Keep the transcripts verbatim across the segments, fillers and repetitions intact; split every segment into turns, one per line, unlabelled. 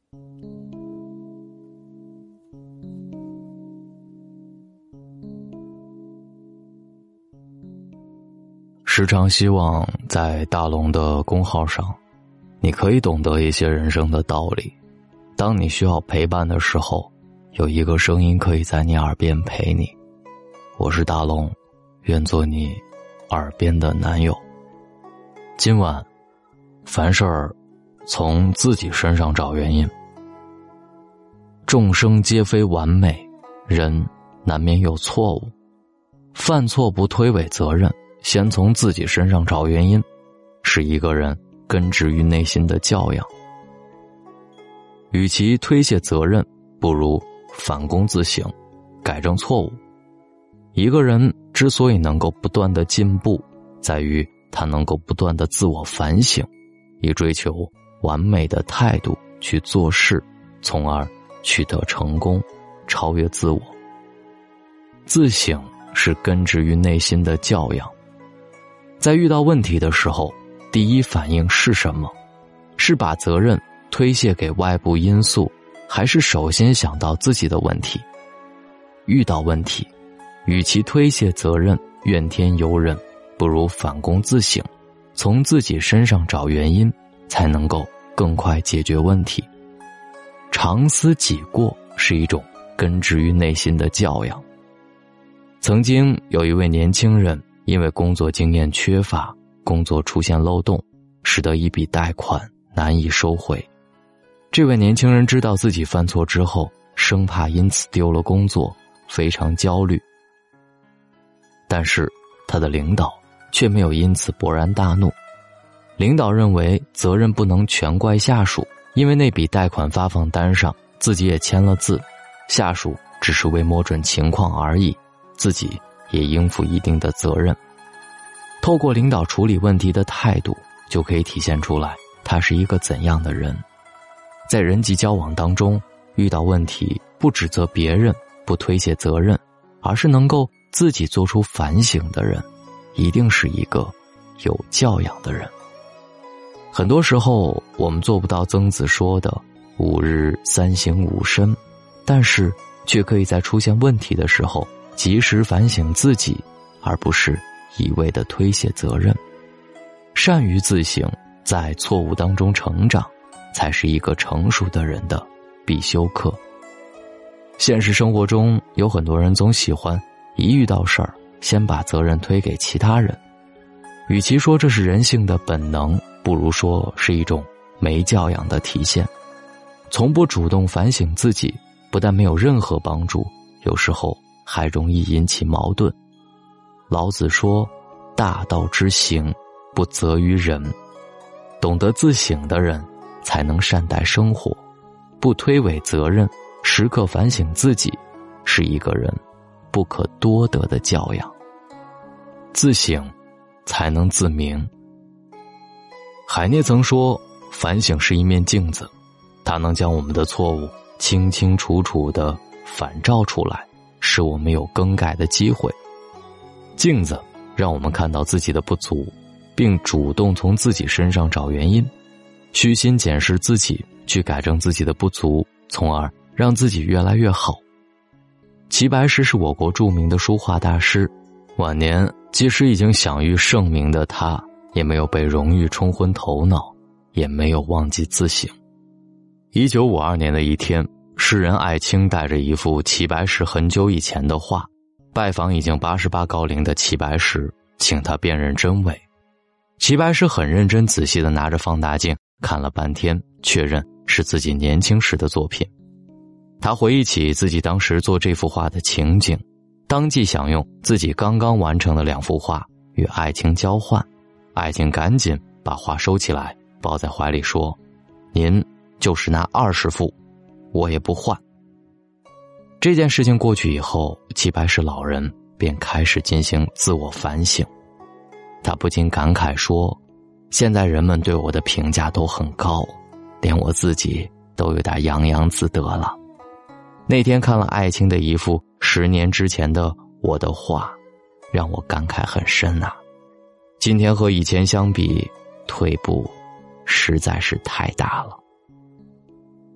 时常希望在大龙的公号上，你可以懂得一些人生的道理。当你需要陪伴的时候，有一个声音可以在你耳边陪你。我是大龙，愿做你耳边的男友。今晚，凡事儿从自己身上找原因。众生皆非完美，人难免有错误。犯错不推诿责任，先从自己身上找原因，是一个人根植于内心的教养。与其推卸责任，不如反躬自省，改正错误。一个人之所以能够不断的进步，在于他能够不断的自我反省，以追求完美的态度去做事，从而取得成功，超越自我。自省是根植于内心的教养。在遇到问题的时候，第一反应是什么？是把责任推卸给外部因素，还是首先想到自己的问题？遇到问题，与其推卸责任，怨天尤人，不如反躬自省，从自己身上找原因，才能够更快解决问题。常思己过是一种根植于内心的教养。曾经有一位年轻人，因为工作经验缺乏，工作出现漏洞，使得一笔贷款难以收回。这位年轻人知道自己犯错之后，生怕因此丢了工作，非常焦虑。但是他的领导却没有因此勃然大怒。领导认为责任不能全怪下属，因为那笔贷款发放单上自己也签了字，下属只是未摸准情况而已，自己也应负一定的责任。透过领导处理问题的态度，就可以体现出来他是一个怎样的人。在人际交往当中，遇到问题不指责别人，不推卸责任，而是能够自己做出反省的人，一定是一个有教养的人。很多时候我们做不到曾子说的五日三省吾身，但是却可以在出现问题的时候及时反省自己，而不是一味的推卸责任。善于自省，在错误当中成长，才是一个成熟的人的必修课。现实生活中，有很多人总喜欢一遇到事儿，先把责任推给其他人。与其说这是人性的本能，不如说是一种没教养的体现。从不主动反省自己，不但没有任何帮助，有时候还容易引起矛盾。老子说，大道之行，不责于人。懂得自省的人，才能善待生活，不推诿责任，时刻反省自己，是一个人不可多得的教养。自省才能自明。海涅曾说，反省是一面镜子，它能将我们的错误清清楚楚地反照出来，使我们有更改的机会。镜子让我们看到自己的不足，并主动从自己身上找原因，虚心检视自己，去改正自己的不足，从而让自己越来越好。齐白石是我国著名的书画大师，晚年即使已经享誉盛名的他，也没有被荣誉冲昏头脑，也没有忘记自省。一九五二年的一天，诗人艾青带着一幅齐白石很久以前的画，拜访已经八十八高龄的齐白石，请他辨认真伪。齐白石很认真仔细地拿着放大镜看了半天，确认是自己年轻时的作品。他回忆起自己当时做这幅画的情景，当即想用自己刚刚完成的两幅画与艾青交换。艾青赶紧把画收起来，抱在怀里说，您就是拿二十幅，我也不换。这件事情过去以后，齐白石老人便开始进行自我反省。他不禁感慨说，现在人们对我的评价都很高，连我自己都有点洋洋自得了。那天看了艾青的一幅十年之前的我的画，让我感慨很深啊。今天和以前相比，退步实在是太大了。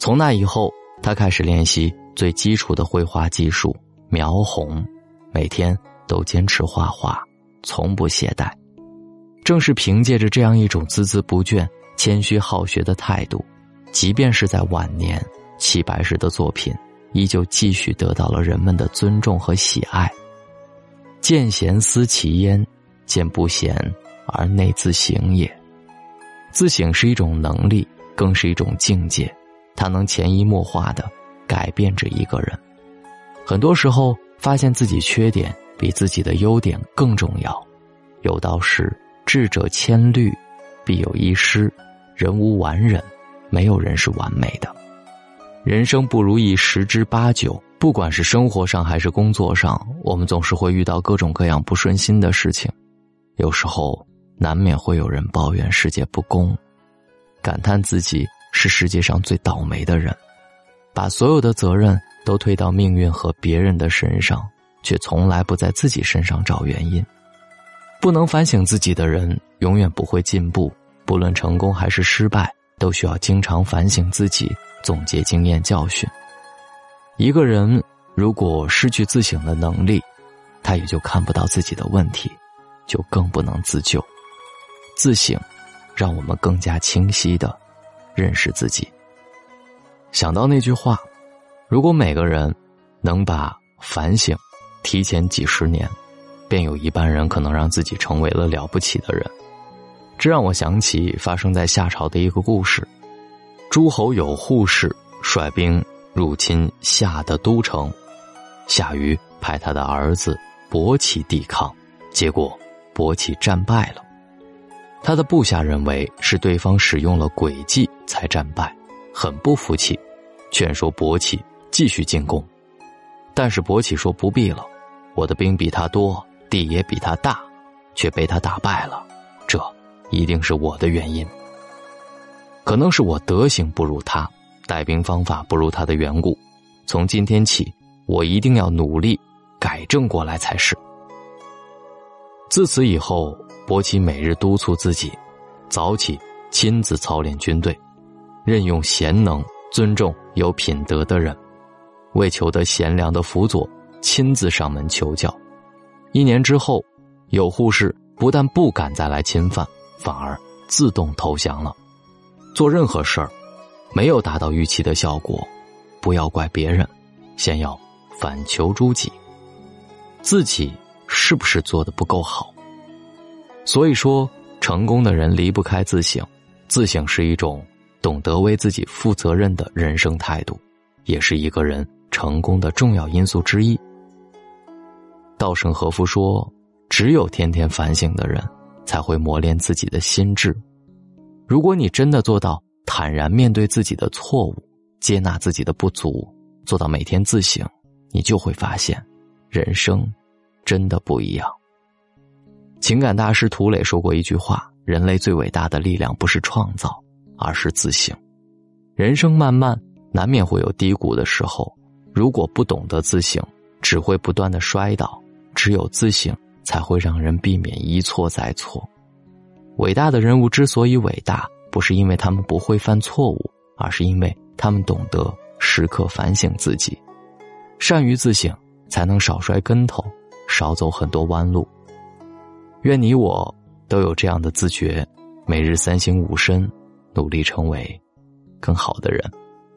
从那以后，他开始练习最基础的绘画技术描红，每天都坚持画画，从不懈怠。正是凭借着这样一种孜孜不倦、谦虚好学的态度，即便是在晚年齐白石的作品依旧继续得到了人们的尊重和喜爱。见贤思齐焉，见不贤而内自省也。自省是一种能力，更是一种境界，它能潜移默化地改变着一个人。很多时候发现自己缺点比自己的优点更重要。有道是智者千虑，必有一失，人无完人，没有人是完美的。人生不如意十之八九，不管是生活上还是工作上，我们总是会遇到各种各样不顺心的事情。有时候难免会有人抱怨世界不公，感叹自己是世界上最倒霉的人，把所有的责任都推到命运和别人的身上，却从来不在自己身上找原因。不能反省自己的人永远不会进步，不论成功还是失败，都需要经常反省自己，总结经验教训。一个人如果失去自省的能力，他也就看不到自己的问题，就更不能自救。自省让我们更加清晰地认识自己。想到那句话，如果每个人能把反省提前几十年，便有一半人可能让自己成为了了不起的人。这让我想起发生在夏朝的一个故事。诸侯有扈氏率兵入侵夏的都城，夏禹派他的儿子伯起抵抗，结果伯起战败了。他的部下认为是对方使用了诡计才战败，很不服气，劝说伯起继续进攻。但是伯起说不必了，我的兵比他多，地也比他大，却被他打败了，这一定是我的原因。可能是我德行不如他，带兵方法不如他的缘故，从今天起我一定要努力改正过来才是。自此以后，伯起每日督促自己早起亲自操练军队，任用贤能尊重有品德的人，为求得贤良的辅佐，亲自上门求教。一年之后，有扈氏不但不敢再来侵犯，反而自动投降了。做任何事儿没有达到预期的效果，不要怪别人，先要反求诸己，自己是不是做得不够好。所以说，成功的人离不开自省，自省是一种懂得为自己负责任的人生态度，也是一个人成功的重要因素之一。稻盛和夫说，只有天天反省的人才会磨练自己的心智。如果你真的做到坦然面对自己的错误，接纳自己的不足，做到每天自省，你就会发现人生真的不一样。情感大师涂磊说过一句话，人类最伟大的力量不是创造，而是自省。人生漫漫，难免会有低谷的时候，如果不懂得自省，只会不断的摔倒，只有自省才会让人避免一错再错。伟大的人物之所以伟大，不是因为他们不会犯错误，而是因为他们懂得时刻反省自己。善于自省，才能少摔跟头，少走很多弯路。愿你我都有这样的自觉，每日三省吾身，努力成为更好的人。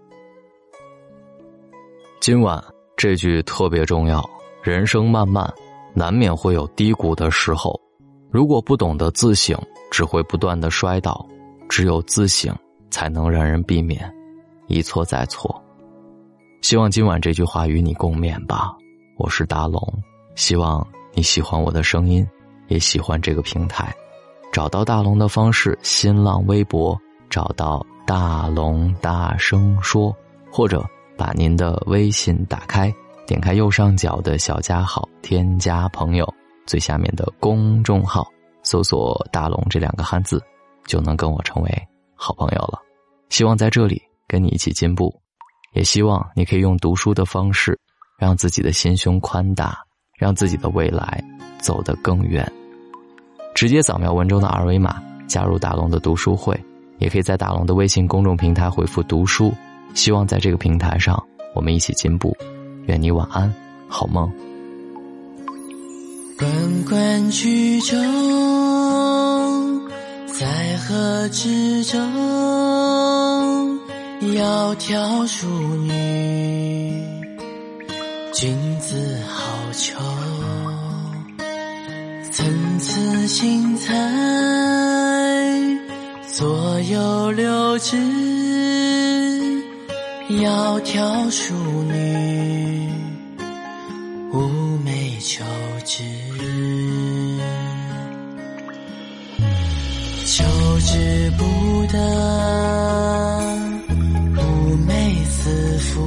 今晚这句特别重要，人生漫漫，难免会有低谷的时候，如果不懂得自省，只会不断的摔倒，只有自省才能让人避免一错再错。希望今晚这句话与你共勉吧。我是大龙，希望你喜欢我的声音，也喜欢这个平台。找到大龙的方式，新浪微博找到大龙大声说，或者把您的微信打开，点开右上角的小加号，添加朋友，最下面的公众号搜索大龙这两个汉字，就能跟我成为好朋友了。希望在这里跟你一起进步，也希望你可以用读书的方式让自己的心胸宽大，让自己的未来走得更远。直接扫描文中的二维码加入大龙的读书会，也可以在大龙的微信公众平台回复读书希望在这个平台上我们一起进步。愿你晚安，好梦。
关关雎鸠，在河之洲，窈窕淑女，君子好逑。参差荇菜，左右流之，窈窕淑女，寤寐求之。求之不得，寤寐思服。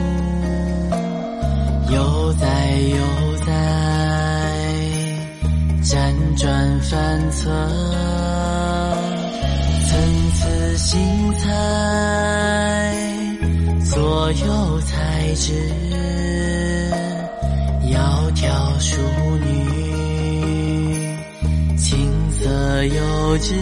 悠哉悠哉，辗转反侧。参差荇菜，左右采之，窈窕淑女，琴瑟友之。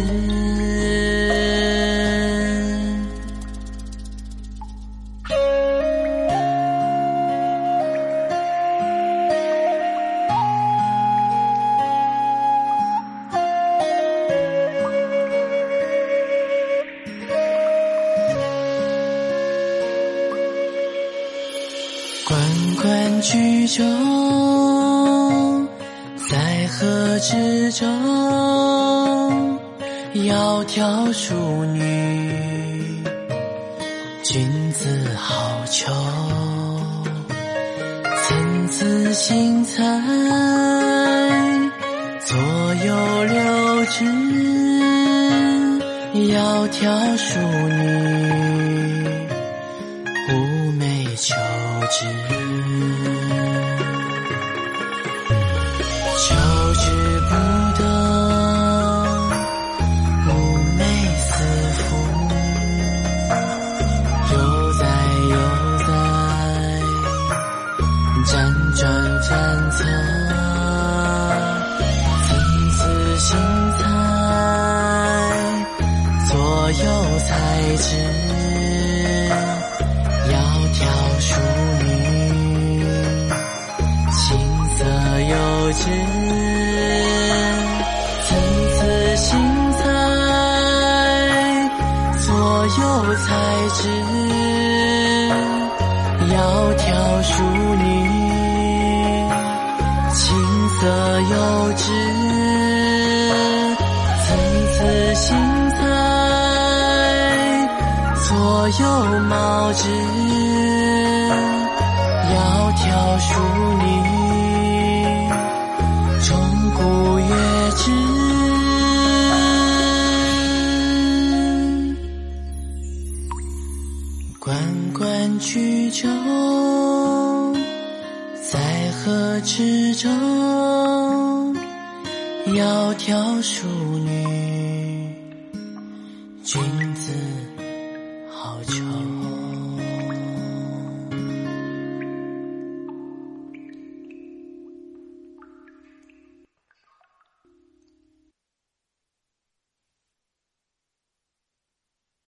关关雎鸠，在河之洲，窈窕淑女，君子好逑。参差荇菜，左右流之，窈窕淑女，寤寐求之。求之不得，寤寐思服。悠哉悠哉，辗转反侧。参差荇菜，左右采之，窈窕淑女，琴瑟友之。参差荇菜，左右采之，窈窕淑女，琴瑟友之。参差荇菜，左右芼之，窈窕淑女，钟鼓乐之。关关雎鸠，在河之洲，窈窕淑女，君